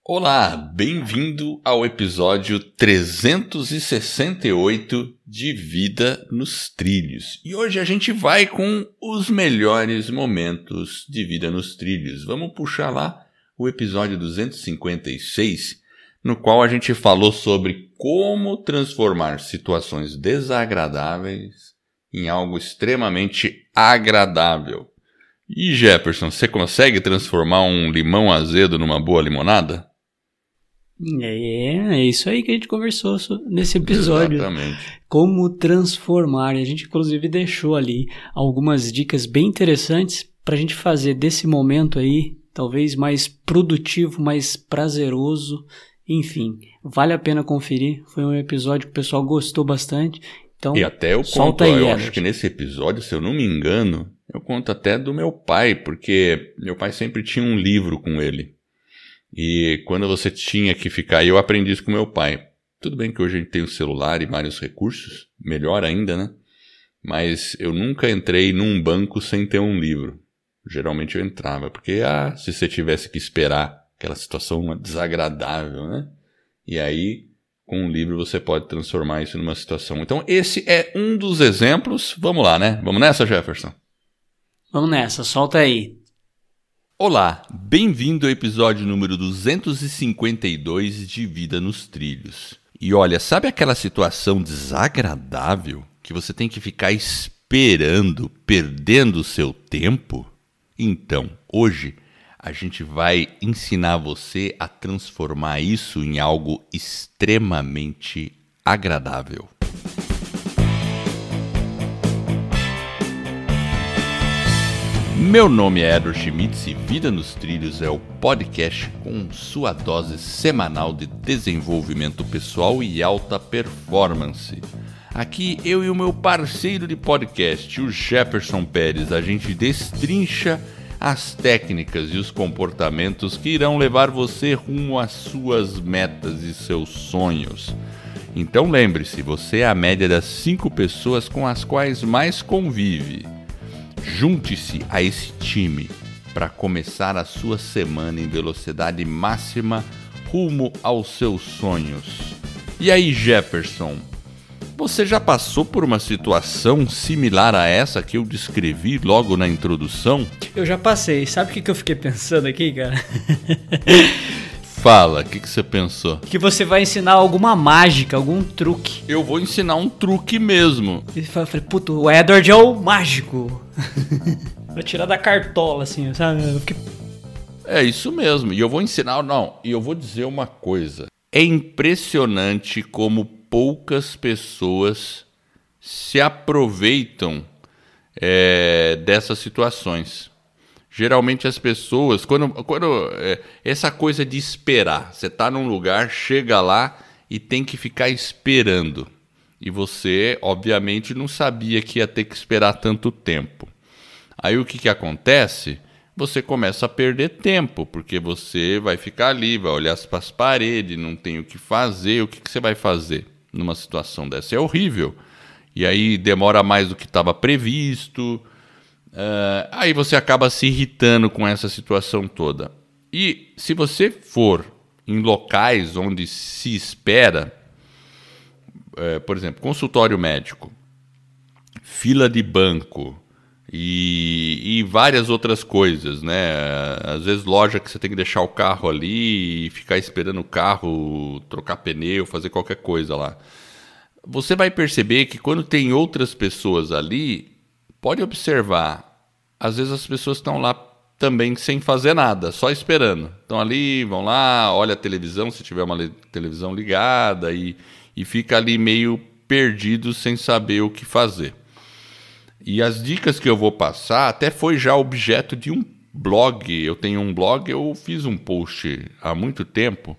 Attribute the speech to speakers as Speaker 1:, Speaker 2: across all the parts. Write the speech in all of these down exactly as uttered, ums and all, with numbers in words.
Speaker 1: Olá, bem-vindo ao episódio trezentos e sessenta e oito de Vida nos Trilhos. E hoje a gente vai com os melhores momentos de Vida nos Trilhos. Vamos puxar lá o episódio duzentos e cinquenta e seis, no qual a gente falou sobre como transformar situações desagradáveis em algo extremamente agradável. E Jefferson, você consegue transformar um limão azedo numa boa limonada?
Speaker 2: É, é isso aí que a gente conversou nesse episódio.
Speaker 1: Exatamente.
Speaker 2: Como transformar. E a gente, inclusive, deixou ali algumas dicas bem interessantes para a gente fazer desse momento aí, talvez mais produtivo, mais prazeroso. Enfim, vale a pena conferir. Foi um episódio que o pessoal gostou bastante. Então,
Speaker 1: e até eu
Speaker 2: solta
Speaker 1: conto,
Speaker 2: aí,
Speaker 1: eu
Speaker 2: Edward.
Speaker 1: acho que nesse episódio, se eu não me engano, eu conto até do meu pai, porque meu pai sempre tinha um livro com ele. E quando você tinha que ficar, e eu aprendi isso com meu pai. Tudo bem que hoje a gente tem o celular e vários recursos, melhor ainda, né? Mas eu nunca entrei num banco sem ter um livro. Geralmente eu entrava, porque ah, se você tivesse que esperar aquela situação desagradável, né? E aí, com um livro você pode transformar isso numa situação. Então esse é um dos exemplos. Vamos lá, né? Vamos nessa, Jefferson?
Speaker 2: Vamos nessa, solta aí.
Speaker 1: Olá, bem-vindo ao episódio número duzentos e cinquenta e dois de Vida nos Trilhos. E olha, sabe aquela situação desagradável que você tem que ficar esperando, perdendo o seu tempo? Então, hoje a gente vai ensinar você a transformar isso em algo extremamente agradável. Meu nome é Edward Schmitz e Vida nos Trilhos é o podcast com sua dose semanal de desenvolvimento pessoal e alta performance. Aqui eu e o meu parceiro de podcast, o Jefferson Pérez, a gente destrincha as técnicas e os comportamentos que irão levar você rumo às suas metas e seus sonhos. Então lembre-se, você é a média das cinco pessoas com as quais mais convive. Junte-se a esse time para começar a sua semana em velocidade máxima rumo aos seus sonhos. E aí, Jefferson, você já passou por uma situação similar a essa que eu descrevi logo na introdução?
Speaker 2: Eu já passei. Sabe o que, que eu fiquei pensando aqui, cara?
Speaker 1: Fala, o que, que você pensou?
Speaker 2: Que você vai ensinar alguma mágica, algum truque.
Speaker 1: Eu vou ensinar um truque mesmo.
Speaker 2: E eu falei, puto, o Edward é o mágico. Pra tirar da cartola, assim, sabe? Eu fiquei...
Speaker 1: É isso mesmo. E eu vou ensinar, não, e eu vou dizer uma coisa. É impressionante como poucas pessoas se aproveitam é, dessas situações. Geralmente as pessoas, quando, quando é, essa coisa de esperar, você está num lugar, chega lá e tem que ficar esperando. E você, obviamente, não sabia que ia ter que esperar tanto tempo. Aí o que, que acontece? Você começa a perder tempo, porque você vai ficar ali, vai olhar para as paredes, não tem o que fazer. O que, que você vai fazer numa situação dessa? É horrível. E aí demora mais do que estava previsto. Uh, aí você acaba se irritando com essa situação toda. E se você for em locais onde se espera, uh, por exemplo, consultório médico, fila de banco e, e várias outras coisas, né? Às vezes loja que você tem que deixar o carro ali e ficar esperando o carro, trocar pneu, fazer qualquer coisa lá. Você vai perceber que quando tem outras pessoas ali, pode observar, às vezes as pessoas estão lá também sem fazer nada, só esperando. Estão ali, vão lá, olha a televisão, se tiver uma le- televisão ligada, e, e fica ali meio perdido sem saber o que fazer. E as dicas que eu vou passar até foi já objeto de um blog. Eu tenho um blog, eu fiz um post há muito tempo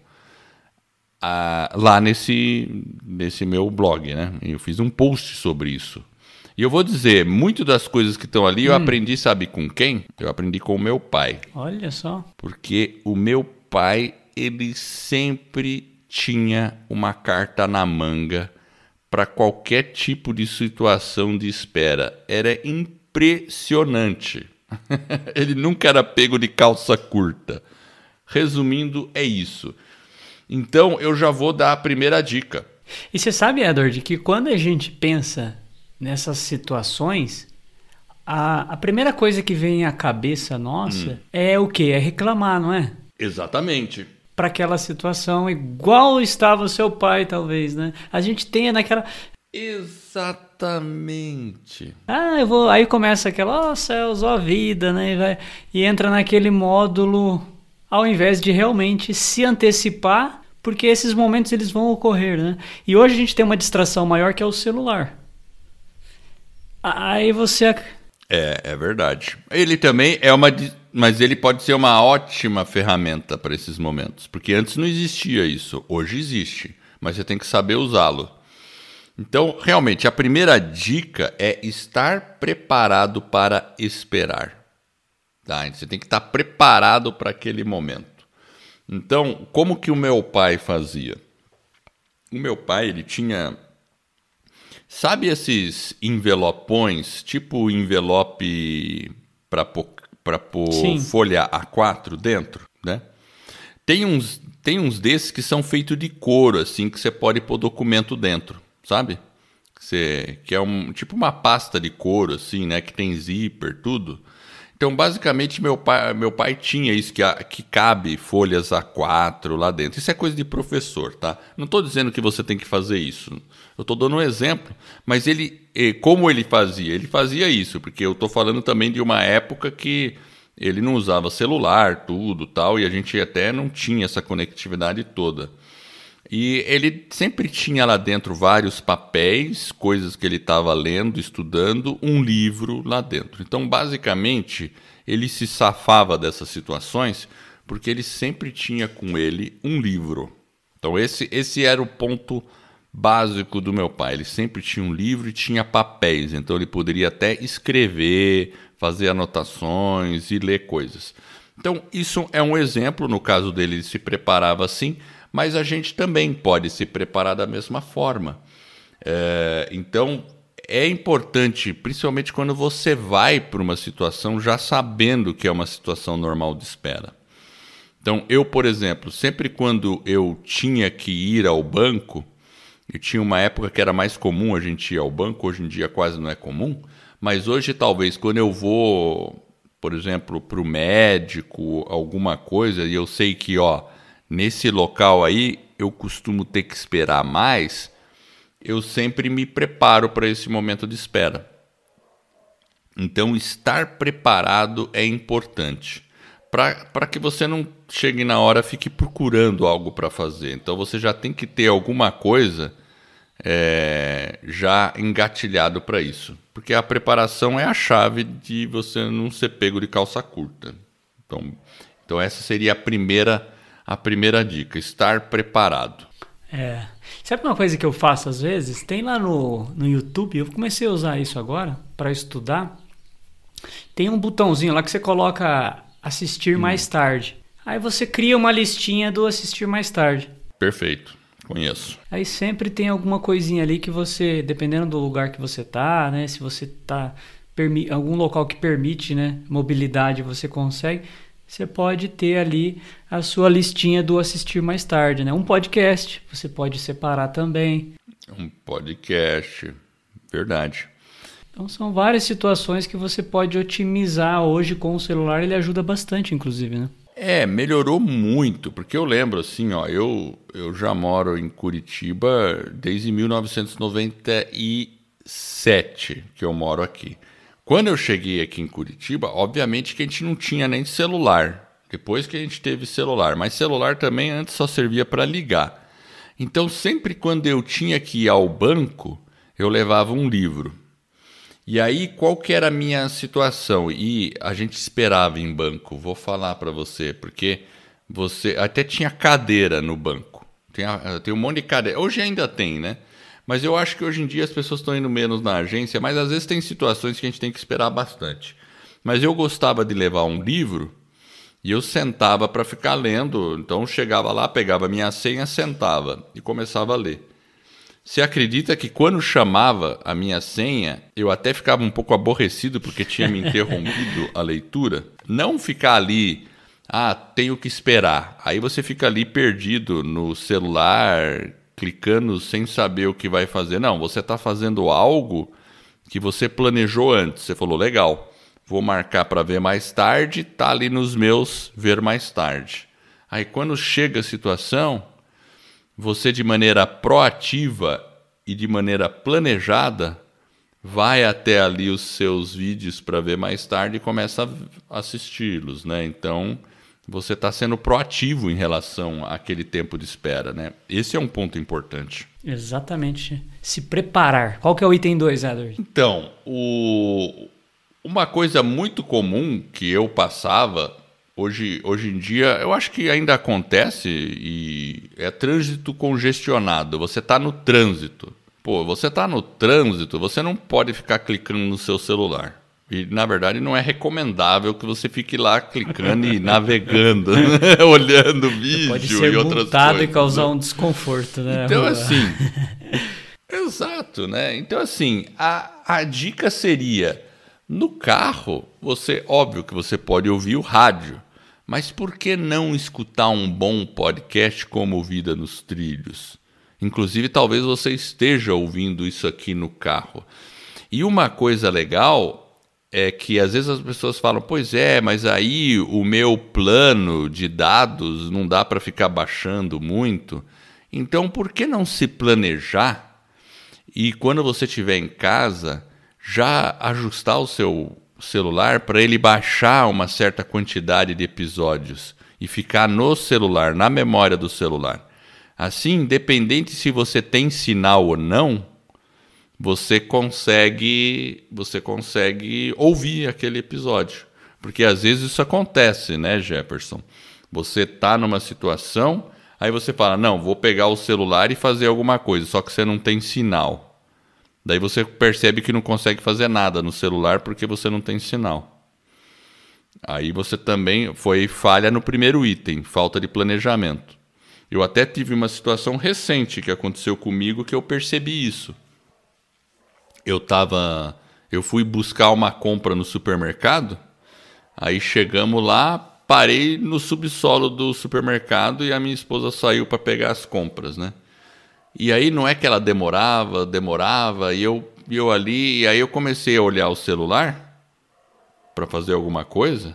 Speaker 1: ah, lá nesse, nesse meu blog, né? Eu fiz um post sobre isso. E eu vou dizer, muito das coisas que estão ali eu hum. aprendi, sabe com quem? Eu aprendi com o meu pai.
Speaker 2: Olha só.
Speaker 1: Porque o meu pai, ele sempre tinha uma carta na manga para qualquer tipo de situação de espera. Era impressionante. Ele nunca era pego de calça curta. resumindo, é isso. Então, eu já vou dar a primeira dica.
Speaker 2: E você sabe, Edward, que quando a gente pensa nessas situações, a, a primeira coisa que vem à cabeça nossa hum. é o quê? É reclamar, não é?
Speaker 1: Exatamente.
Speaker 2: Para aquela situação igual estava o seu pai, talvez, né? A gente tem naquela...
Speaker 1: Exatamente.
Speaker 2: Ah, eu vou... Aí começa aquela, ó oh, céus, ó vida, né? E, vai... e entra naquele módulo, ao invés de realmente se antecipar, porque esses momentos eles vão ocorrer, né? E hoje a gente tem uma distração maior que é o celular. Aí você...
Speaker 1: É, é verdade. Ele também é uma... Mas ele pode ser uma ótima ferramenta para esses momentos. Porque antes não existia isso. Hoje existe. Mas você tem que saber usá-lo. Então, realmente, a primeira dica é estar preparado para esperar. Tá? Você tem que estar preparado para aquele momento. Então, como que o meu pai fazia? O meu pai, ele tinha... Sabe esses envelopões, tipo envelope para para pôr folha A quatro dentro, né? Tem uns, tem uns desses que são feitos de couro, assim, que você pode pôr documento dentro, sabe? Que, você, que é um, tipo uma pasta de couro, assim, né? Que tem zíper, tudo. Então, basicamente, meu pai, meu pai tinha isso, que, que cabe folhas A quatro lá dentro. Isso é coisa de professor, tá? Não estou dizendo que você tem que fazer isso. Eu estou dando um exemplo. Mas ele, como ele fazia? Ele fazia isso, porque eu estou falando também de uma época que ele não usava celular, tudo, tal, e a gente até não tinha essa conectividade toda. E ele sempre tinha lá dentro vários papéis, coisas que ele estava lendo, estudando, um livro lá dentro. Então, basicamente, ele se safava dessas situações porque ele sempre tinha com ele um livro. Então, esse, esse era o ponto básico do meu pai. Ele sempre tinha um livro e tinha papéis. Então, ele poderia até escrever, fazer anotações e ler coisas. Então, isso é um exemplo. No caso dele, ele se preparava assim. Mas a gente também pode se preparar da mesma forma. É, então, é importante, principalmente quando você vai para uma situação já sabendo que é uma situação normal de espera. Então, eu, por exemplo, sempre quando eu tinha que ir ao banco, eu tinha uma época que era mais comum a gente ir ao banco, hoje em dia quase não é comum, mas hoje talvez quando eu vou, por exemplo, para o médico, alguma coisa, e eu sei que, ó, nesse local aí, eu costumo ter que esperar mais, eu sempre me preparo para esse momento de espera. Então, estar preparado é importante. Para que você não chegue na hora e fique procurando algo para fazer. Então, você já tem que ter alguma coisa é, já engatilhado para isso. Porque a preparação é a chave de você não ser pego de calça curta. Então, então essa seria a primeira... A primeira dica, estar preparado.
Speaker 2: É. Sabe uma coisa que eu faço às vezes? Tem lá no, no YouTube, eu comecei a usar isso agora para estudar. Tem um botãozinho lá que você coloca assistir hum. mais tarde. Aí você cria uma listinha do assistir mais tarde.
Speaker 1: Perfeito, conheço.
Speaker 2: Aí sempre tem alguma coisinha ali que você, dependendo do lugar que você tá, né? Se você tá em algum local que permite, né, mobilidade, você consegue... Você pode ter ali a sua listinha do assistir mais tarde, né? Um podcast, você pode separar também.
Speaker 1: Um podcast, verdade.
Speaker 2: Então são várias situações que você pode otimizar hoje com o celular, ele ajuda bastante, inclusive, né?
Speaker 1: É, melhorou muito, porque eu lembro assim, ó, eu, eu já moro em Curitiba desde mil novecentos e noventa e sete que eu moro aqui. Quando eu cheguei aqui em Curitiba, obviamente que a gente não tinha nem celular. Depois que a gente teve celular. Mas celular também antes só servia para ligar. Então, sempre quando eu tinha que ir ao banco, eu levava um livro. E aí, qual que era a minha situação? E a gente esperava em banco. Vou falar para você, porque você até tinha cadeira no banco. Tem, tem um monte de cadeira. Hoje ainda tem, né? Mas eu acho que hoje em dia as pessoas estão indo menos na agência, mas às vezes tem situações que a gente tem que esperar bastante. Mas eu gostava de levar um livro e eu sentava para ficar lendo. Então eu chegava lá, pegava minha senha, sentava e começava a ler. Você acredita que quando chamava a minha senha, eu até ficava um pouco aborrecido porque tinha me interrompido a leitura? Não ficar ali Ah, tenho que esperar. Aí você fica ali perdido no celular, clicando sem saber o que vai fazer. Não, você está fazendo algo que você planejou antes. Você falou, legal, vou marcar para ver mais tarde, tá ali nos meus ver mais tarde. Aí quando chega a situação, você de maneira proativa e de maneira planejada vai até ali os seus vídeos para ver mais tarde e começa a assisti-los, né? Então, você está sendo proativo em relação àquele tempo de espera, né? Esse é um ponto importante.
Speaker 2: Exatamente. Se preparar. Qual que é o item dois, Edward?
Speaker 1: Então, o... uma coisa muito comum que eu passava, hoje, hoje em dia, eu acho que ainda acontece, e é trânsito congestionado. Você está no trânsito. Pô, você está no trânsito, você não pode ficar clicando no seu celular. E, na verdade, não é recomendável que você fique lá clicando e navegando, né? Olhando vídeo
Speaker 2: pode ser
Speaker 1: e outras
Speaker 2: multado
Speaker 1: coisas.
Speaker 2: E causar um desconforto, né?
Speaker 1: Então, assim... exato, né? Então, assim, a, a dica seria... No carro, você, óbvio que você pode ouvir o rádio, mas por que não escutar um bom podcast como Vida nos Trilhos? Inclusive, talvez você esteja ouvindo isso aqui no carro. E uma coisa legal é que às vezes as pessoas falam, pois é, mas aí o meu plano de dados não dá para ficar baixando muito. Então, por que não se planejar e quando você estiver em casa, já ajustar o seu celular para ele baixar uma certa quantidade de episódios e ficar no celular, na memória do celular? Assim, independente se você tem sinal ou não, você consegue, você consegue ouvir aquele episódio. Porque às vezes isso acontece, né, Jefferson? Você está numa situação, aí você fala, não, vou pegar o celular e fazer alguma coisa, só que você não tem sinal. Daí você percebe que não consegue fazer nada no celular porque você não tem sinal. Aí você também foi falha no primeiro item, falta de planejamento. Eu até tive uma situação recente que aconteceu comigo que eu percebi isso. Eu tava, eu fui buscar uma compra no supermercado, aí chegamos lá, parei no subsolo do supermercado e a minha esposa saiu para pegar as compras, né? E aí não é que ela demorava, demorava, e eu, eu ali, e aí eu comecei a olhar o celular para fazer alguma coisa,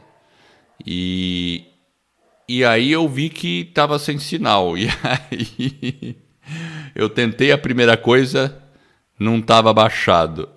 Speaker 1: e, e aí eu vi que estava sem sinal, e aí eu tentei a primeira coisa, não estava baixado,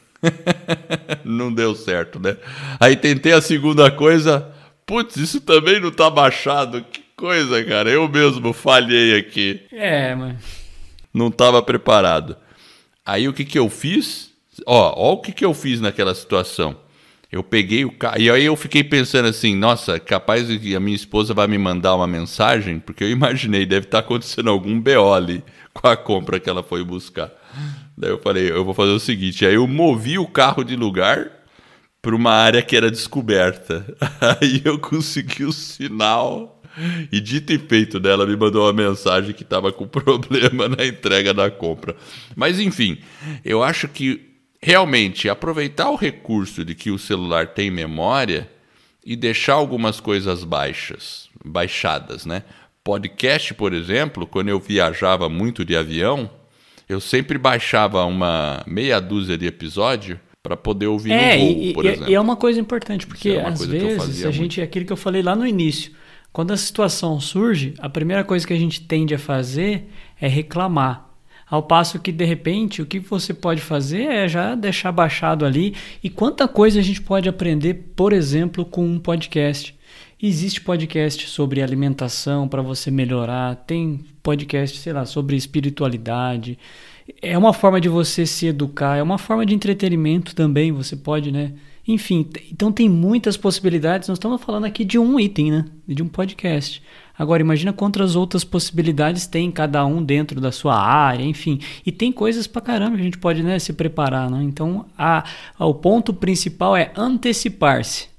Speaker 1: não deu certo, né? Aí tentei a segunda coisa, putz, isso também não está baixado, que coisa, cara, eu mesmo falhei aqui.
Speaker 2: É, mas...
Speaker 1: não estava preparado. Aí o que, que eu fiz? Ó, ó o que, que eu fiz naquela situação. Eu peguei o carro, e aí eu fiquei pensando assim, nossa, capaz que a minha esposa vai me mandar uma mensagem, porque eu imaginei, deve estar acontecendo algum B O ali com a compra que ela foi buscar. Daí eu falei, eu vou fazer o seguinte, aí eu movi o carro de lugar para uma área que era descoberta. Aí eu consegui o sinal, e dito e feito dela, me mandou uma mensagem que estava com problema na entrega da compra. Mas enfim, eu acho que realmente aproveitar o recurso de que o celular tem memória e deixar algumas coisas baixas, baixadas, né? Podcast, por exemplo, quando eu viajava muito de avião, eu sempre baixava uma meia dúzia de episódio para poder ouvir
Speaker 2: é,
Speaker 1: no voo,
Speaker 2: e,
Speaker 1: por
Speaker 2: e,
Speaker 1: exemplo.
Speaker 2: E é uma coisa importante, porque
Speaker 1: é
Speaker 2: às
Speaker 1: coisa
Speaker 2: vezes a gente, é aquilo que eu falei lá no início, quando a situação surge, a primeira coisa que a gente tende a fazer é reclamar. Ao passo que, de repente, o que você pode fazer é já deixar baixado ali. E quanta coisa a gente pode aprender, por exemplo, com um podcast. Existe podcast sobre alimentação para você melhorar, tem podcast, sei lá, sobre espiritualidade. É uma forma de você se educar, é uma forma de entretenimento também, você pode, né? Enfim, então tem muitas possibilidades. Nós estamos falando aqui de um item, né? De um podcast. Agora, imagina quantas outras possibilidades tem cada um dentro da sua área, enfim. E tem coisas pra caramba que a gente pode, né, se preparar, né? Então, a, a, o ponto principal é antecipar-se.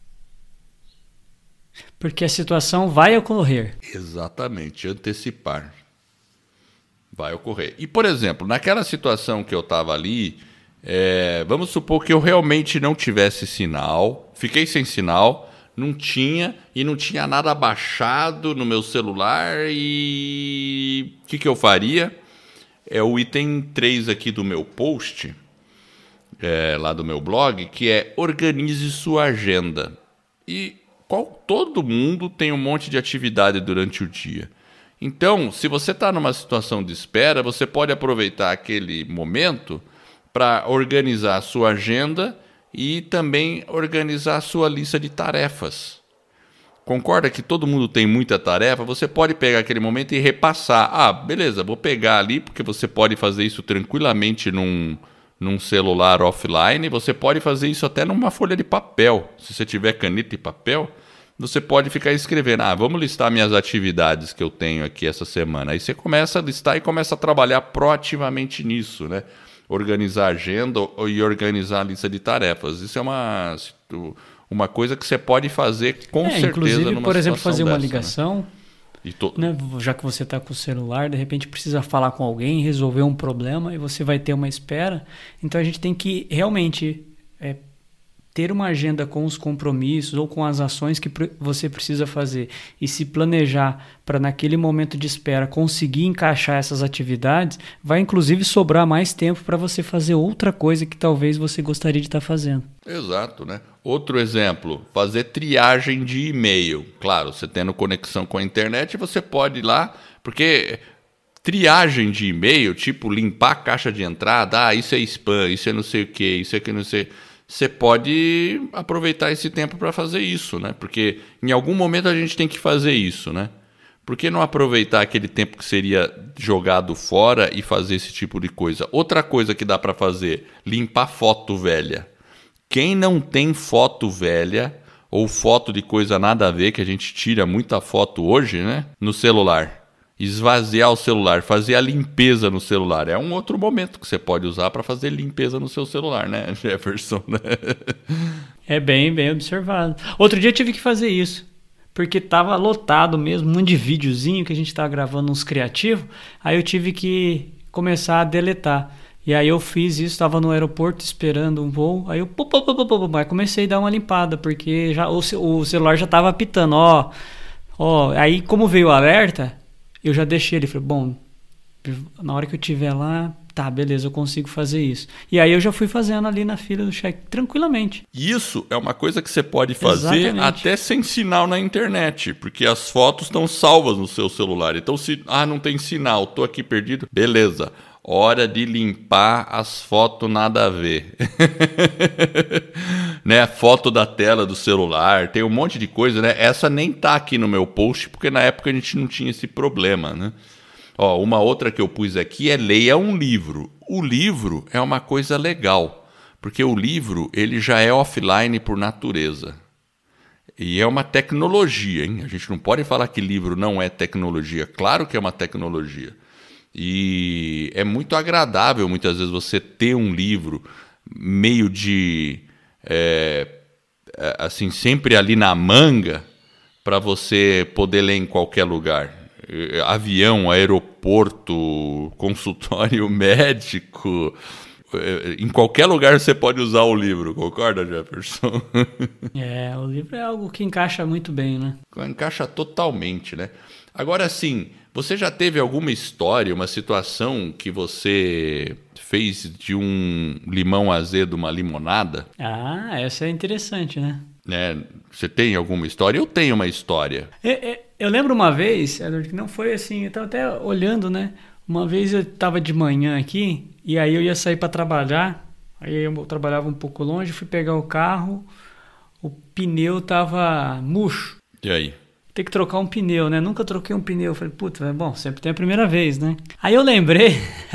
Speaker 2: Porque a situação vai ocorrer.
Speaker 1: Exatamente, antecipar. Vai ocorrer. E, por exemplo, naquela situação que eu estava ali, é, vamos supor que eu realmente não tivesse sinal, fiquei sem sinal, não tinha e não tinha nada baixado no meu celular e o que, que eu faria? É o item três aqui do meu post, é, lá do meu blog, que é organize sua agenda. E qual, todo mundo tem um monte de atividade durante o dia. Então, se você está numa situação de espera, você pode aproveitar aquele momento para organizar a sua agenda e também organizar a sua lista de tarefas. Concorda que todo mundo tem muita tarefa? Você pode pegar aquele momento e repassar. Ah, beleza, vou pegar ali, porque você pode fazer isso tranquilamente num, num celular offline. Você pode fazer isso até numa folha de papel. Se você tiver caneta e papel, você pode ficar escrevendo, ah, vamos listar minhas atividades que eu tenho aqui essa semana. Aí você começa a listar e começa a trabalhar proativamente nisso, né? Organizar a agenda e organizar a lista de tarefas. Isso é uma, uma coisa que você pode fazer com
Speaker 2: é,
Speaker 1: certeza
Speaker 2: inclusive,
Speaker 1: numa
Speaker 2: por exemplo, fazer
Speaker 1: dessa,
Speaker 2: uma ligação,
Speaker 1: né? E to...
Speaker 2: né? Já que você está com o celular, de repente precisa falar com alguém, resolver um problema e você vai ter uma espera. Então a gente tem que realmente... É, ter uma agenda com os compromissos ou com as ações que você precisa fazer e se planejar para naquele momento de espera conseguir encaixar essas atividades, vai inclusive sobrar mais tempo para você fazer outra coisa que talvez você gostaria de estar fazendo.
Speaker 1: Exato, né? Outro exemplo, fazer triagem de e-mail. Claro, você tendo conexão com a internet, você pode ir lá, porque... Triagem de e-mail, tipo limpar a caixa de entrada, ah, isso é spam, isso é não sei o que, isso é que não sei... Você pode aproveitar esse tempo para fazer isso, né? Porque em algum momento a gente tem que fazer isso, né? Por que não aproveitar aquele tempo que seria jogado fora e fazer esse tipo de coisa? Outra coisa que dá para fazer, limpar foto velha. Quem não tem foto velha ou foto de coisa nada a ver, que a gente tira muita foto hoje, né? No celular. Esvaziar o celular, fazer a limpeza no celular. É um outro momento que você pode usar para fazer limpeza no seu celular, né, Jefferson?
Speaker 2: É bem, bem observado. Outro dia eu tive que fazer isso, porque estava lotado mesmo, um monte de videozinho que a gente estava gravando uns criativos, aí eu tive que começar a deletar. E aí eu fiz isso, estava no aeroporto esperando um voo, aí eu pô, pô, pô, pô, pô, pô, comecei a dar uma limpada, porque já, o, o celular já estava apitando, ó, ó. Aí como veio o alerta... Eu já deixei ele, falei, bom, na hora que eu estiver lá, tá, beleza, eu consigo fazer isso. E aí eu já fui fazendo ali na fila do check, tranquilamente.
Speaker 1: Isso é uma coisa que você pode fazer
Speaker 2: Exatamente.
Speaker 1: Até sem sinal na internet, porque as fotos estão salvas no seu celular. Então, se, ah, não tem sinal, tô aqui perdido, beleza. Hora de limpar as fotos nada a ver. Né? Foto da tela do celular, tem um monte de coisa, né? Essa nem tá aqui no meu post, porque na época a gente não tinha esse problema, né? Ó, uma outra que eu pus aqui é leia um livro. O livro é uma coisa legal, porque o livro ele já é offline por natureza. E é uma tecnologia, hein? A gente não pode falar que livro não é tecnologia. Claro que é uma tecnologia. E é muito agradável, muitas vezes, você ter um livro meio de... É, assim, sempre ali na manga para você poder ler em qualquer lugar. Avião, aeroporto, consultório médico, em qualquer lugar você pode usar o livro, concorda, Jefferson?
Speaker 2: É, o livro é algo que encaixa muito bem, né?
Speaker 1: Encaixa totalmente, né? Agora, sim, você já teve alguma história, uma situação que você fez de um limão azedo uma limonada?
Speaker 2: Ah, essa é interessante, né?
Speaker 1: Né? Você tem alguma história? Eu tenho uma história.
Speaker 2: Eu, eu, eu lembro uma vez, Edward, que não foi assim, eu estava até olhando, né? Uma vez eu estava de manhã aqui, e aí eu ia sair para trabalhar, aí eu trabalhava um pouco longe, fui pegar o carro, o pneu estava murcho.
Speaker 1: E aí?
Speaker 2: Tem que trocar um pneu, né? Nunca troquei um pneu. Falei, puta, bom, sempre tem a primeira vez, né? Aí eu lembrei,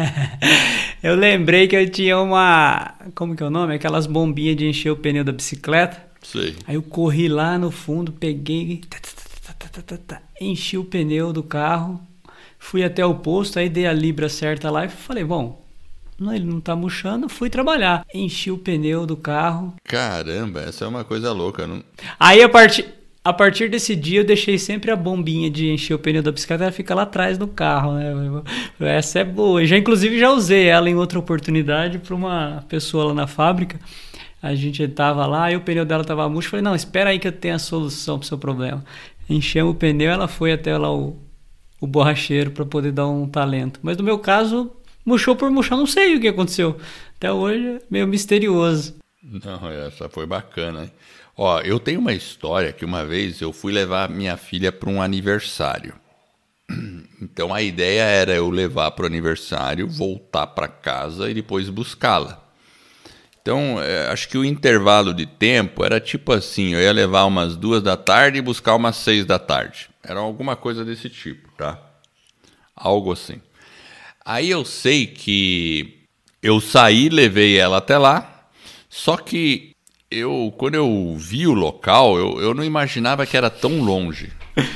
Speaker 2: eu lembrei que eu tinha uma, como que é o nome? Aquelas bombinhas de encher o pneu da bicicleta.
Speaker 1: Sei.
Speaker 2: Aí eu corri lá no fundo, peguei, tá, tá, tá, tá, tá, tá, enchi o pneu do carro, fui até o posto, aí dei a libra certa lá e falei, bom, não, ele não tá murchando, fui trabalhar. Enchi o pneu do carro.
Speaker 1: Caramba, essa é uma coisa louca. Não...
Speaker 2: Aí a partir... A partir desse dia eu deixei sempre a bombinha de encher o pneu da bicicleta, ela fica lá atrás do carro, né? Essa é boa. Já, inclusive já usei ela em outra oportunidade para uma pessoa lá na fábrica. A gente tava lá e o pneu dela tava murcho. Falei, não, espera aí que eu tenho a solução pro seu problema. Enchemos o pneu, ela foi até lá o, o borracheiro para poder dar um talento. Mas no meu caso, murchou por murchar, não sei o que aconteceu. Até hoje é meio misterioso.
Speaker 1: Não, essa foi bacana, hein? Ó, eu tenho uma história que uma vez eu fui levar minha filha para um aniversário. Então a ideia era eu levar para o aniversário, voltar para casa e depois buscá-la. Então, é, acho que o intervalo de tempo era tipo assim, eu ia levar umas duas da tarde e buscar umas seis da tarde. Era alguma coisa desse tipo, tá? Algo assim. Aí eu sei que eu saí, levei ela até lá, só que eu, quando eu vi o local, eu, eu não imaginava que era tão longe.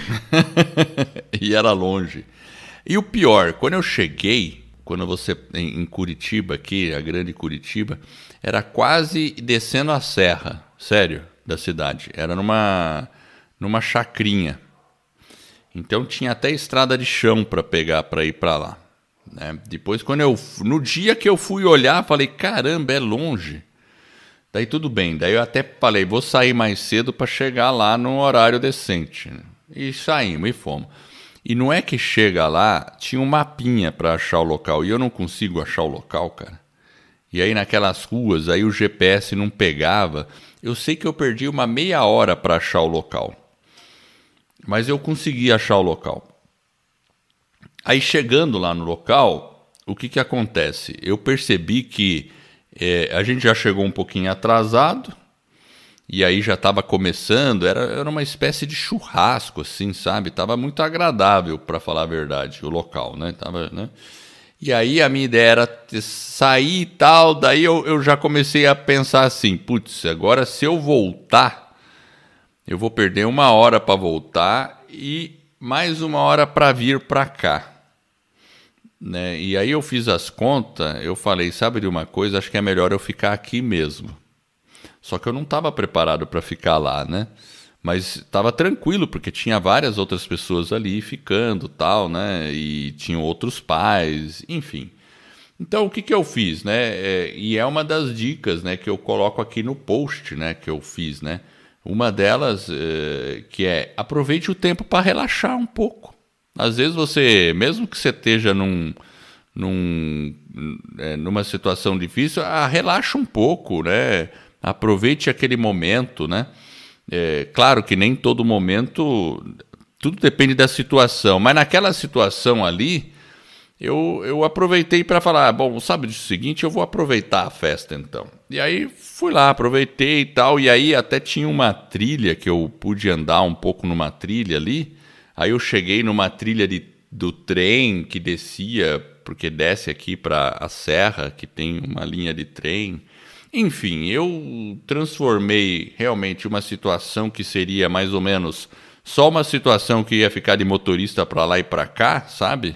Speaker 1: E era longe. E o pior, quando eu cheguei, quando você em Curitiba aqui, a grande Curitiba, era quase descendo a serra, sério, da cidade. Era numa numa chacrinha. Então tinha até estrada de chão para pegar para ir para lá, né? Depois quando eu no dia que eu fui olhar, falei, caramba, é longe. Daí tudo bem. Daí eu até falei, vou sair mais cedo para chegar lá no horário decente. E saímos e fomos. E não é que chega lá, tinha um mapinha para achar o local. E eu não consigo achar o local, cara. E aí naquelas ruas, aí o G P S não pegava. Eu sei que eu perdi uma meia hora para achar o local. Mas eu consegui achar o local. Aí chegando lá no local, o que que acontece? Eu percebi que é, a gente já chegou um pouquinho atrasado. E aí já estava começando, era, era uma espécie de churrasco, assim, sabe? Tava muito agradável, para falar a verdade, o local, né? Tava, né? E aí a minha ideia era sair e tal, daí eu, eu já comecei a pensar assim, putz, agora se eu voltar, eu vou perder uma hora para voltar e mais uma hora para vir para cá. Né? E aí eu fiz as contas, eu falei, sabe de uma coisa, acho que é melhor eu ficar aqui mesmo. Só que eu não estava preparado para ficar lá, né? Mas estava tranquilo, porque tinha várias outras pessoas ali ficando, tal, né? E tinham outros pais, enfim. Então, o que, que eu fiz, né? É, e é uma das dicas, né, que eu coloco aqui no post, né, que eu fiz, né? Uma delas, é, que é, aproveite o tempo para relaxar um pouco. Às vezes você, mesmo que você esteja num... num é, numa situação difícil, ah, relaxa um pouco, né? Aproveite aquele momento, né? É, claro que nem todo momento, tudo depende da situação, mas naquela situação ali, eu, eu aproveitei para falar, bom, sabe do seguinte, eu vou aproveitar a festa então. E aí fui lá, aproveitei e tal, e aí até tinha uma trilha que eu pude andar um pouco numa trilha ali, aí eu cheguei numa trilha de, do trem que descia, porque desce aqui para a serra, que tem uma linha de trem. Enfim, eu transformei realmente uma situação que seria mais ou menos só uma situação que ia ficar de motorista para lá e para cá, sabe?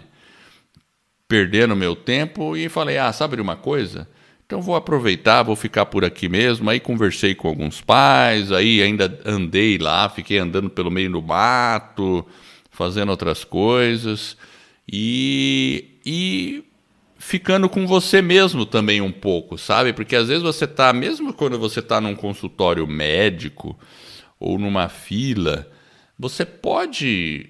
Speaker 1: Perdendo meu tempo e falei, ah, sabe de uma coisa? Então vou aproveitar, vou ficar por aqui mesmo. Aí conversei com alguns pais, aí ainda andei lá, fiquei andando pelo meio do mato, fazendo outras coisas e... e ficando com você mesmo também um pouco, sabe? Porque às vezes você tá, mesmo quando você tá num consultório médico ou numa fila, você pode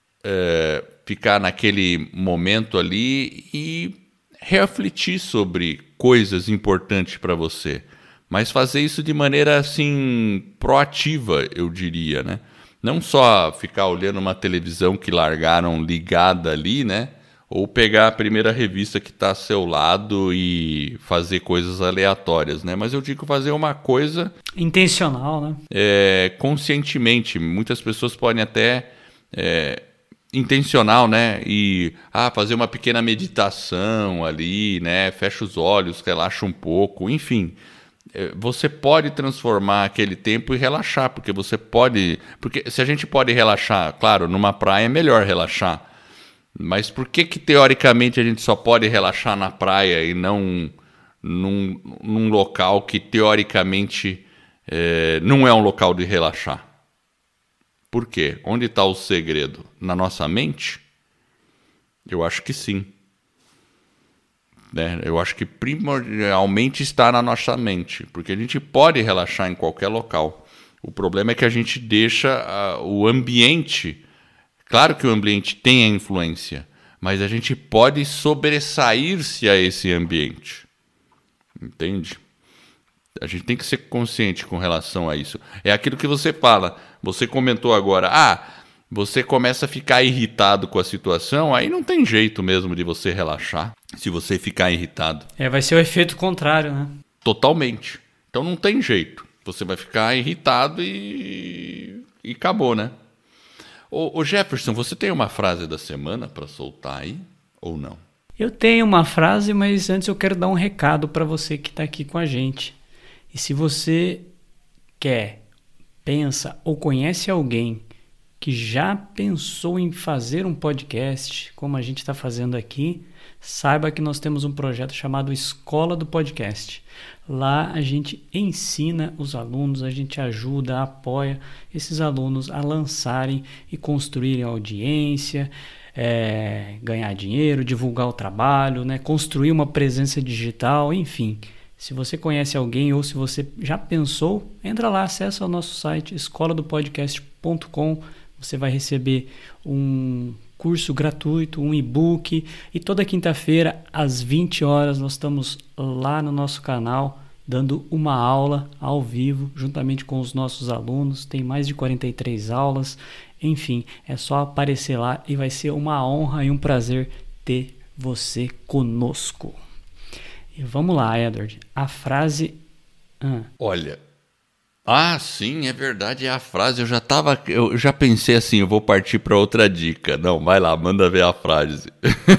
Speaker 1: é, ficar naquele momento ali e refletir sobre coisas importantes para você. Mas fazer isso de maneira, assim, proativa, eu diria, né? Não só ficar olhando uma televisão que largaram ligada ali, né? Ou pegar a primeira revista que está ao seu lado e fazer coisas aleatórias, né? Mas eu digo fazer uma coisa...
Speaker 2: intencional, né?
Speaker 1: É, conscientemente. Muitas pessoas podem até... É, intencional, né? E ah, fazer uma pequena meditação ali, né? Fecha os olhos, relaxa um pouco, enfim... Você pode transformar aquele tempo e relaxar, porque você pode... Porque se a gente pode relaxar, claro, numa praia é melhor relaxar. Mas por que que teoricamente a gente só pode relaxar na praia e não num, num local que teoricamente é, não é um local de relaxar? Por quê? Onde está o segredo? Na nossa mente? Eu acho que sim. né? Eu acho que primordialmente está na nossa mente, porque a gente pode relaxar em qualquer local. O problema é que a gente deixa uh, o ambiente... Claro que o ambiente tem a influência, mas a gente pode sobressair-se a esse ambiente. Entende? A gente tem que ser consciente com relação a isso. É aquilo que você fala. Você comentou agora, ah, você começa a ficar irritado com a situação, aí não tem jeito mesmo de você relaxar, se você ficar irritado.
Speaker 2: É, vai ser o efeito contrário, né?
Speaker 1: Totalmente. Então não tem jeito. Você vai ficar irritado e, e acabou, né? Ô, ô Jefferson, você tem uma frase da semana para soltar aí ou não?
Speaker 2: Eu tenho uma frase, mas antes eu quero dar um recado para você que está aqui com a gente. E se você quer, pensa ou conhece alguém que já pensou em fazer um podcast, como a gente está fazendo aqui, saiba que nós temos um projeto chamado Escola do Podcast. Lá a gente ensina os alunos, a gente ajuda, apoia esses alunos a lançarem e construírem audiência, é, ganhar dinheiro, divulgar o trabalho, né, construir uma presença digital, enfim. Se você conhece alguém ou se você já pensou, entra lá, acessa o nosso site escola do podcast ponto com. Você vai receber um curso gratuito, um e-book, e toda quinta-feira às vinte horas nós estamos lá no nosso canal dando uma aula ao vivo juntamente com os nossos alunos. Tem mais de quarenta e três aulas. Enfim, é só aparecer lá e vai ser uma honra e um prazer ter você conosco. E vamos lá, Edward. A frase... Ah.
Speaker 1: Olha... Ah, sim, é verdade, é a frase. Eu já tava, eu já pensei assim, eu vou partir para outra dica. Não, vai lá, manda ver a frase.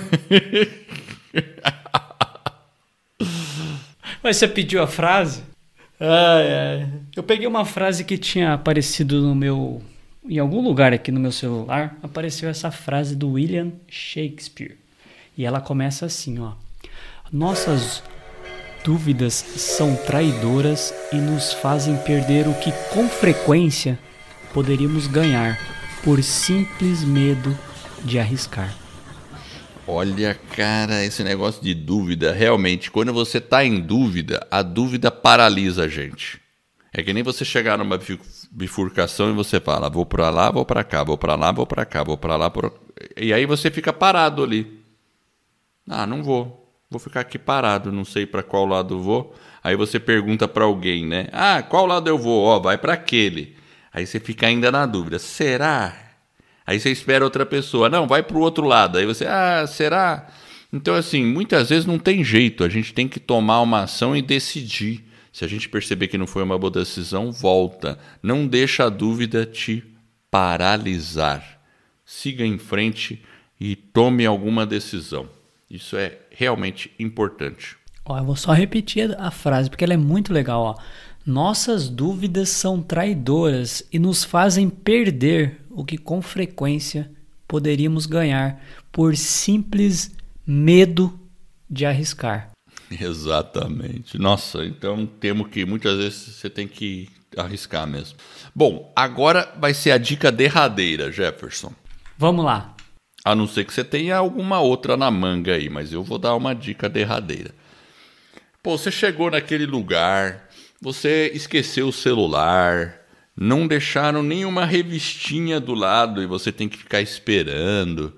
Speaker 2: Mas você pediu a frase? Ai, ai. Eu peguei uma frase que tinha aparecido no meu, em algum lugar aqui no meu celular. Apareceu essa frase do William Shakespeare. E ela começa assim, ó. Nossas dúvidas são traidoras e nos fazem perder o que com frequência poderíamos ganhar por simples medo de arriscar.
Speaker 1: Olha, cara, esse negócio de dúvida, realmente, quando você está em dúvida, a dúvida paralisa a gente. É que nem você chegar numa bifurcação e você fala, vou para lá, vou para cá, vou para lá, vou para cá, vou para lá, por... e aí você fica parado ali. Ah, não vou. Vou ficar aqui parado, não sei para qual lado vou. Aí você pergunta para alguém, né? Ah, qual lado eu vou? Ó, vai para aquele. Aí você fica ainda na dúvida. Será? Aí você espera outra pessoa. Não, vai para o outro lado. Aí você, ah, será? Então, assim, muitas vezes não tem jeito. A gente tem que tomar uma ação e decidir. Se a gente perceber que não foi uma boa decisão, volta. Não deixa a dúvida te paralisar. Siga em frente e tome alguma decisão. Isso é realmente importante.
Speaker 2: Ó, eu vou só repetir a frase, porque ela é muito legal. Ó. Nossas dúvidas são traidoras e nos fazem perder o que com frequência poderíamos ganhar por simples medo de arriscar.
Speaker 1: Exatamente. Nossa, então temo que muitas vezes você tem que arriscar mesmo. Bom, agora vai ser a dica derradeira, Jefferson.
Speaker 2: Vamos lá.
Speaker 1: A não ser que você tenha alguma outra na manga aí, mas eu vou dar uma dica derradeira. Pô, você chegou naquele lugar, você esqueceu o celular, não deixaram nenhuma revistinha do lado e você tem que ficar esperando.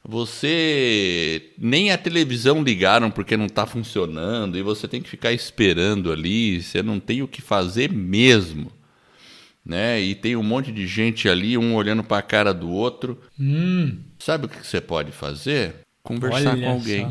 Speaker 1: Você nem a televisão ligaram porque não está funcionando e você tem que ficar esperando ali, você não tem o que fazer mesmo. Né? E tem um monte de gente ali, um olhando para a cara do outro.
Speaker 2: Hum.
Speaker 1: Sabe o que você pode fazer? Conversar
Speaker 2: Olha
Speaker 1: com alguém.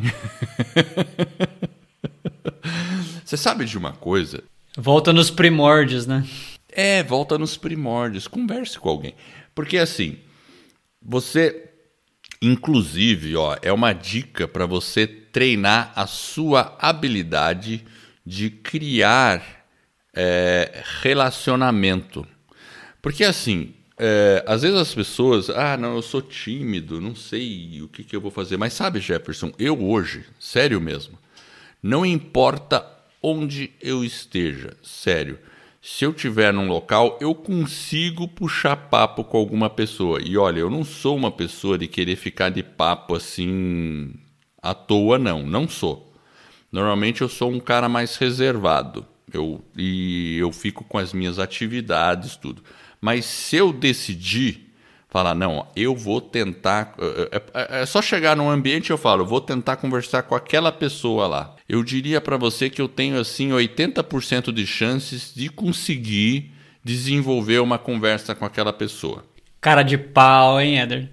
Speaker 1: Você sabe de uma coisa?
Speaker 2: Volta nos primórdios, né?
Speaker 1: É, volta nos primórdios. Converse com alguém. Porque assim, você, inclusive, ó, é uma dica para você treinar a sua habilidade de criar é, relacionamento. Porque assim, é, às vezes as pessoas, ah, não, eu sou tímido, não sei o que, que eu vou fazer. Mas sabe, Jefferson, eu hoje, sério mesmo, não importa onde eu esteja, sério, se eu estiver num local, eu consigo puxar papo com alguma pessoa. E olha, eu não sou uma pessoa de querer ficar de papo assim à toa, não, não sou. Normalmente eu sou um cara mais reservado. Eu, e eu fico com as minhas atividades, tudo. Mas se eu decidir falar, não, eu vou tentar... É, é, é só chegar num ambiente e eu falo, vou tentar conversar com aquela pessoa lá. Eu diria para você que eu tenho assim oitenta por cento de chances de conseguir desenvolver uma conversa com aquela pessoa.
Speaker 2: Cara de pau, hein, Éder?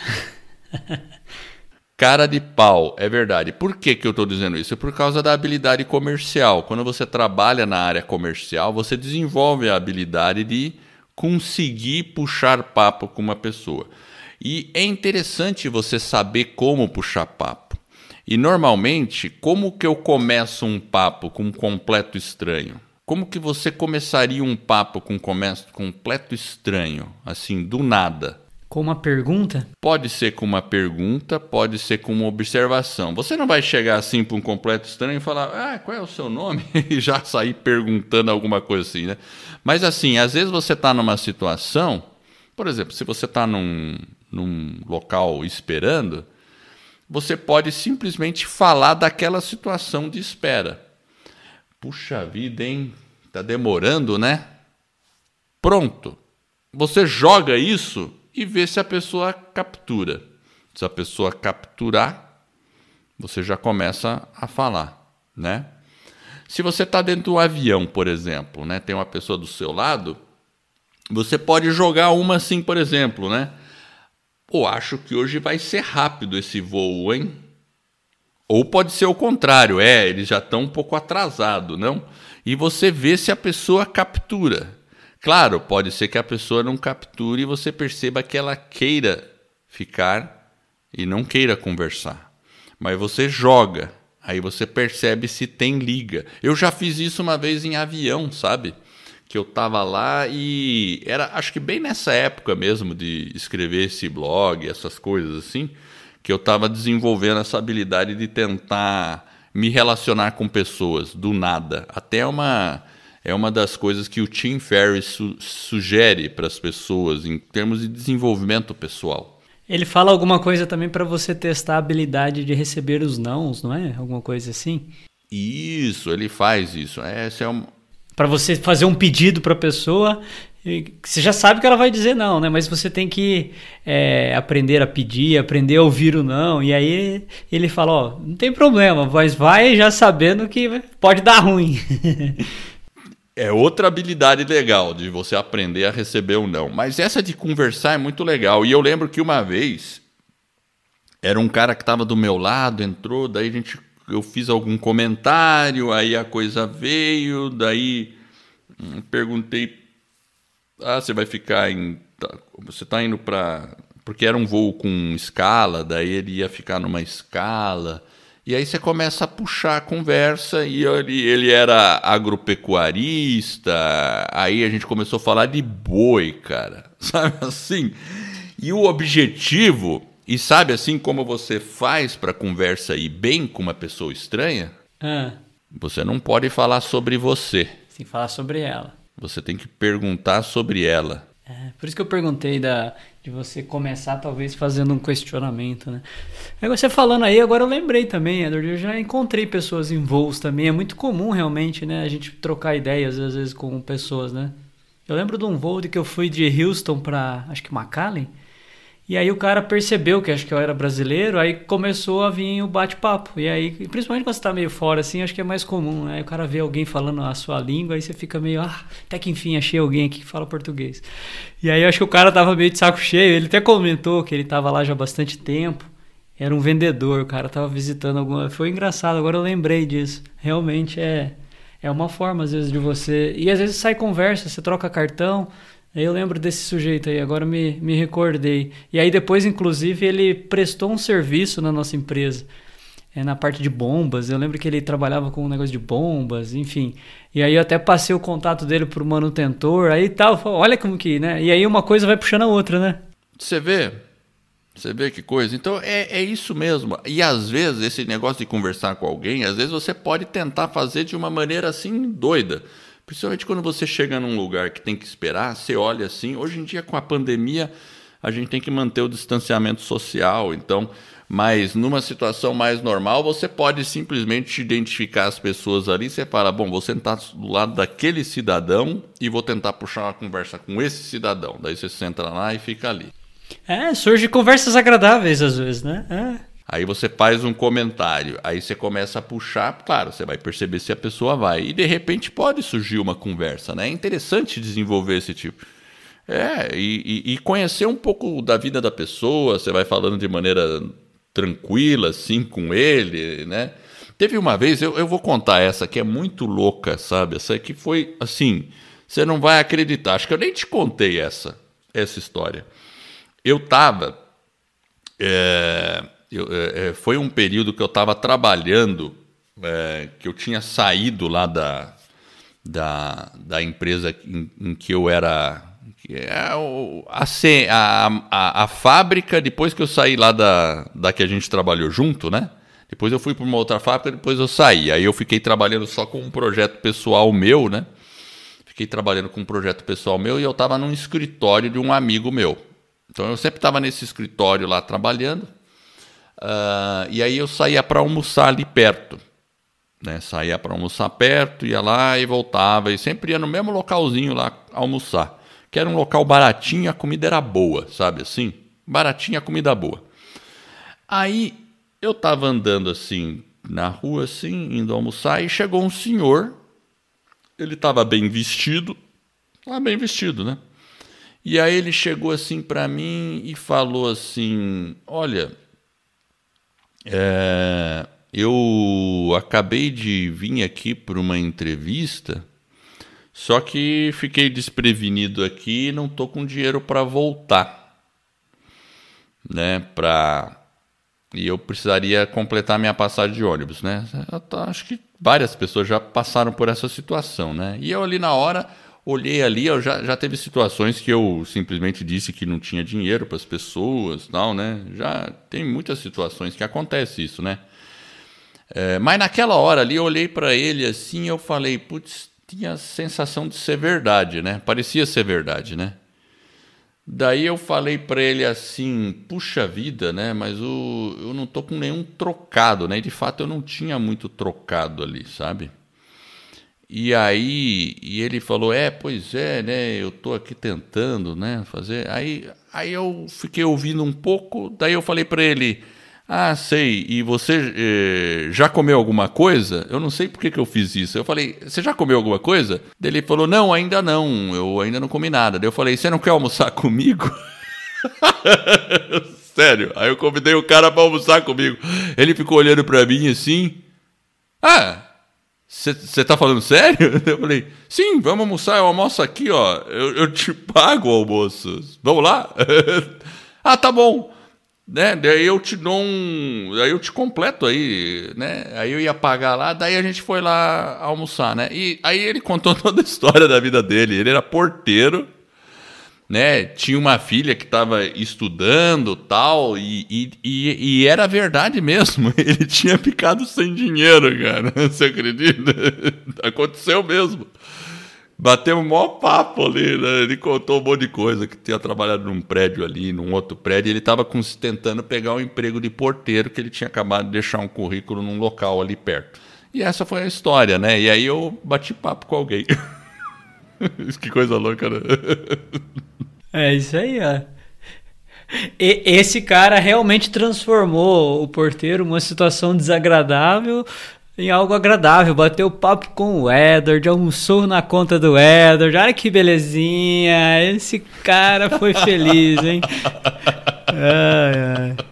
Speaker 1: Cara de pau, é verdade. Por que que eu estou dizendo isso? É por causa da habilidade comercial. Quando você trabalha na área comercial, você desenvolve a habilidade de conseguir puxar papo com uma pessoa. E é interessante você saber como puxar papo. E normalmente, como que eu começo um papo com um completo estranho? Como que você começaria um papo com um completo estranho, assim, do nada?
Speaker 2: Com uma pergunta?
Speaker 1: Pode ser com uma pergunta, pode ser com uma observação. Você não vai chegar assim para um completo estranho e falar, ah, qual é o seu nome? E já sair perguntando alguma coisa assim, né? Mas assim, às vezes você está numa situação, por exemplo, se você está num, num local esperando, você pode simplesmente falar daquela situação de espera. Puxa vida, hein? Tá demorando, né? Pronto. Você joga isso e vê se a pessoa captura. Se a pessoa capturar, você já começa a falar, né? Se você está dentro do avião, por exemplo, né, tem uma pessoa do seu lado, você pode jogar uma assim, por exemplo, né? Pô, acho que hoje vai ser rápido esse voo, hein? Ou pode ser o contrário, é, eles já estão um pouco atrasados, não? E você vê se a pessoa captura. Claro, pode ser que a pessoa não capture e você perceba que ela queira ficar e não queira conversar. Mas você joga, aí você percebe se tem liga. Eu já fiz isso uma vez em avião, sabe? Que eu estava lá e era, acho que bem nessa época mesmo de escrever esse blog, essas coisas assim, que eu estava desenvolvendo essa habilidade de tentar me relacionar com pessoas do nada. Até uma... É uma das coisas que o Tim Ferriss su- sugere para as pessoas em termos de desenvolvimento pessoal.
Speaker 2: Ele fala alguma coisa também para você testar a habilidade de receber os nãos, não é? Alguma coisa assim?
Speaker 1: Isso, ele faz isso. Essa é um...
Speaker 2: Para você fazer um pedido para a pessoa, você já sabe que ela vai dizer não, né? Mas você tem que é, aprender a pedir, aprender a ouvir o não. E aí ele fala, ó, não tem problema, mas vai já sabendo que pode dar ruim.
Speaker 1: É outra habilidade legal de você aprender a receber ou não. Mas essa de conversar é muito legal. E eu lembro que uma vez era um cara que estava do meu lado, entrou, daí a gente, eu fiz algum comentário, aí a coisa veio, daí hum, perguntei, ah, você vai ficar em... Você está indo para... Porque era um voo com escala, daí ele ia ficar numa escala... E aí você começa a puxar a conversa e ele, ele era agropecuarista, aí a gente começou a falar de boi, cara, sabe assim? E o objetivo, e sabe assim como você faz para a conversa ir bem com uma pessoa estranha?
Speaker 2: Ah.
Speaker 1: Você não pode falar sobre você.
Speaker 2: Tem que falar sobre ela.
Speaker 1: Você tem que perguntar sobre ela.
Speaker 2: É, por isso que eu perguntei da, de você começar talvez fazendo um questionamento, né? Agora você falando aí, agora eu lembrei também, Edward, eu já encontrei pessoas em voos também, é muito comum realmente, né? A gente trocar ideias às vezes com pessoas, né? Eu lembro de um voo de que eu fui de Houston para, acho que McAllen, e aí o cara percebeu que acho que eu era brasileiro, aí começou a vir o bate-papo. E aí, principalmente quando você tá meio fora assim, acho que é mais comum, né? Aí o cara vê alguém falando a sua língua, aí você fica meio, ah, até que enfim achei alguém aqui que fala português. E aí eu acho que o cara tava meio de saco cheio, ele até comentou que ele tava lá já há bastante tempo. Era um vendedor, o cara tava visitando alguma... Foi engraçado, agora eu lembrei disso. Realmente é, é uma forma, às vezes, de você... E às vezes sai conversa, você troca cartão... Eu lembro desse sujeito aí, agora me, me recordei. E aí depois, inclusive, ele prestou um serviço na nossa empresa, é, na parte de bombas. Eu lembro que ele trabalhava com um negócio de bombas, enfim. E aí eu até passei o contato dele pro manutentor, aí tal, olha como que, né? E aí uma coisa vai puxando a outra, né?
Speaker 1: Você vê? Você vê que coisa? Então é, é isso mesmo. E às vezes esse negócio de conversar com alguém, às vezes você pode tentar fazer de uma maneira assim doida. Principalmente quando você chega num lugar que tem que esperar, você olha assim, hoje em dia com a pandemia, a gente tem que manter o distanciamento social. Então, mas numa situação mais normal, você pode simplesmente identificar as pessoas ali. Você fala, bom, vou sentar do lado daquele cidadão e vou tentar puxar uma conversa com esse cidadão. Daí você senta lá e fica ali.
Speaker 2: É, surge conversas agradáveis às vezes, né? É.
Speaker 1: Aí você faz um comentário, aí você começa a puxar, claro, você vai perceber se a pessoa vai. E de repente pode surgir uma conversa, né? É interessante desenvolver esse tipo. É, e, e, e conhecer um pouco da vida da pessoa, você vai falando de maneira tranquila, assim, com ele, né? Teve uma vez, eu, eu vou contar essa que é muito louca, sabe? Essa que foi, assim, você não vai acreditar. Acho que eu nem te contei essa, essa história. Eu tava... É... Eu, é, foi um período que eu estava trabalhando, é, que eu tinha saído lá da, da, da empresa em, em que eu era... Que é a, a, a, a fábrica, depois que eu saí lá da, da que a gente trabalhou junto, né? Depois eu fui para uma outra fábrica, depois eu saí. Aí eu fiquei trabalhando só com um projeto pessoal meu, né? Fiquei trabalhando com um projeto pessoal meu e eu estava num escritório de um amigo meu. Então eu sempre estava nesse escritório lá trabalhando. Uh, e aí eu saía para almoçar ali perto, né? Saía para almoçar perto, ia lá e voltava, e sempre ia no mesmo localzinho lá almoçar, que era um local baratinho, a comida era boa, sabe assim? Baratinho, a comida boa. Aí eu tava andando assim, na rua assim, indo almoçar, e chegou um senhor, ele tava bem vestido, lá bem vestido, né? E aí ele chegou assim para mim e falou assim, olha... É, eu acabei de vir aqui para uma entrevista, só que fiquei desprevenido aqui e não estou com dinheiro para voltar, né? Pra... E eu precisaria completar minha passagem de ônibus, né? Eu acho que várias pessoas já passaram por essa situação, né? E eu ali na hora, olhei ali, eu já, já teve situações que eu simplesmente disse que não tinha dinheiro para as pessoas, tal, né? Já tem muitas situações que acontece isso, né? É, mas naquela hora ali, eu olhei para ele assim, eu falei, putz, tinha a sensação de ser verdade, né? Parecia ser verdade, né? Daí eu falei para ele assim, puxa vida, né? Mas o, eu não tô com nenhum trocado, né? E de fato eu não tinha muito trocado ali, sabe? E aí, e ele falou, é, pois é, né, eu tô aqui tentando, né, fazer, aí, aí eu fiquei ouvindo um pouco, daí eu falei para ele, ah, sei, e você eh, já comeu alguma coisa? Eu não sei por que que eu fiz isso, eu falei, você já comeu alguma coisa? Daí ele falou, não, ainda não, eu ainda não comi nada, daí eu falei, você não quer almoçar comigo? Sério, aí eu convidei o cara para almoçar comigo, ele ficou olhando para mim assim, ah... Você tá falando sério? Eu falei, sim, vamos almoçar, eu almoço aqui, ó, eu, eu te pago o almoço, vamos lá? Ah, tá bom, né, daí eu te dou um, daí eu te completo aí, né, aí eu ia pagar lá, daí a gente foi lá almoçar, né, e aí ele contou toda a história da vida dele, ele era porteiro, né, tinha uma filha que estava estudando tal, e, e, e, e era verdade mesmo, ele tinha ficado sem dinheiro, cara, você acredita? Aconteceu mesmo. Batemos o maior papo ali, né? Ele contou um monte de coisa, que tinha trabalhado num prédio ali, num outro prédio, e ele estava tentando pegar um emprego de porteiro, que ele tinha acabado de deixar um currículo num local ali perto. E essa foi a história, né, e aí eu bati papo com alguém. Que coisa louca, né?
Speaker 2: É isso aí, ó. E, esse cara realmente transformou o porteiro uma situação desagradável em algo agradável. Bateu papo com o Edward, almoçou na conta do Edward. Olha que belezinha. Esse cara foi feliz, hein? Ai, ai.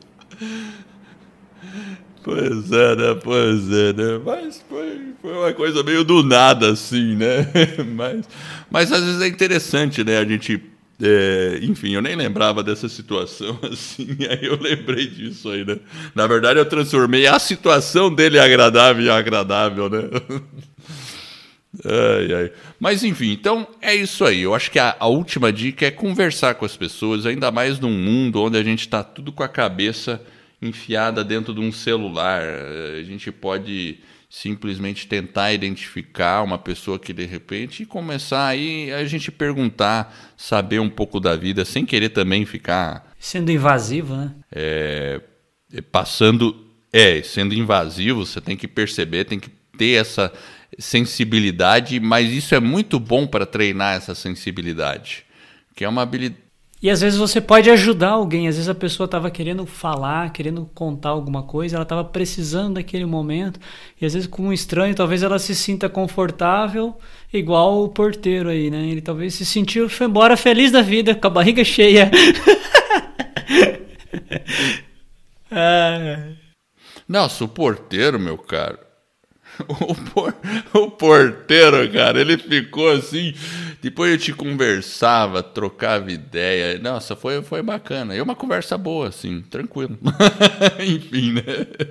Speaker 1: Pois é, né? Pois é, né? Mas foi, foi uma coisa meio do nada, assim, né? Mas, mas às vezes é interessante, né? A gente... É, enfim, eu nem lembrava dessa situação, assim, aí eu lembrei disso aí, né? Na verdade, eu transformei a situação dele agradável em agradável, né? Ai, ai. Mas, enfim, então é isso aí. Eu acho que a, a última dica é conversar com as pessoas, ainda mais num mundo onde a gente está tudo com a cabeça enfiada dentro de um celular. A gente pode simplesmente tentar identificar uma pessoa que de repente e começar aí a gente perguntar, saber um pouco da vida, sem querer também ficar...
Speaker 2: Sendo invasivo, né?
Speaker 1: É, passando... É, sendo invasivo, você tem que perceber, tem que ter essa sensibilidade, mas isso é muito bom para treinar essa sensibilidade, que é uma habilidade.
Speaker 2: E às vezes você pode ajudar alguém, às vezes a pessoa estava querendo falar, querendo contar alguma coisa, ela estava precisando daquele momento, e às vezes com um estranho, talvez ela se sinta confortável, igual o porteiro aí, né? Ele talvez se sentiu, foi embora feliz da vida, com a barriga cheia. ah.
Speaker 1: Nossa, o porteiro, meu caro, o, por, o porteiro, cara, ele ficou assim, depois eu te conversava, trocava ideia, nossa, foi, foi bacana, e uma conversa boa, assim, tranquilo, enfim, né?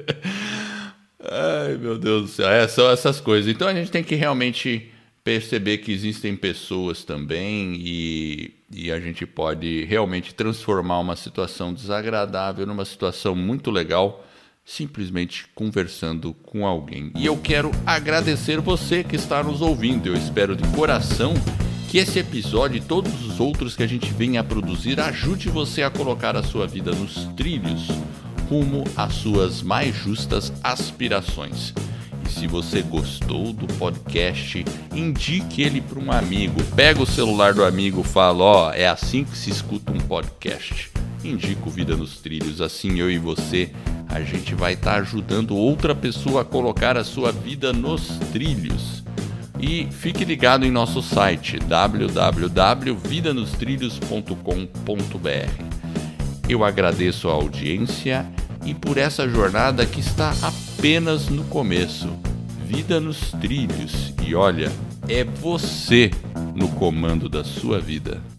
Speaker 1: Ai, meu Deus do céu, é, são essas coisas, então a gente tem que realmente perceber que existem pessoas também e, e a gente pode realmente transformar uma situação desagradável numa situação muito legal, simplesmente conversando com alguém. E eu quero agradecer você que está nos ouvindo. Eu espero de coração que esse episódio e todos os outros que a gente vem a produzir ajude você a colocar a sua vida nos trilhos, rumo às suas mais justas aspirações. E se você gostou do podcast, indique ele para um amigo. Pega o celular do amigo e fala, ó, oh, é assim que se escuta um podcast. Indico Vida nos Trilhos, assim eu e você, a gente vai estar tá ajudando outra pessoa a colocar a sua vida nos trilhos. E fique ligado em nosso site w w w ponto vida nos trilhos ponto com ponto b r. Eu agradeço a audiência e por essa jornada que está apenas no começo. Vida nos Trilhos. E olha, é você no comando da sua vida.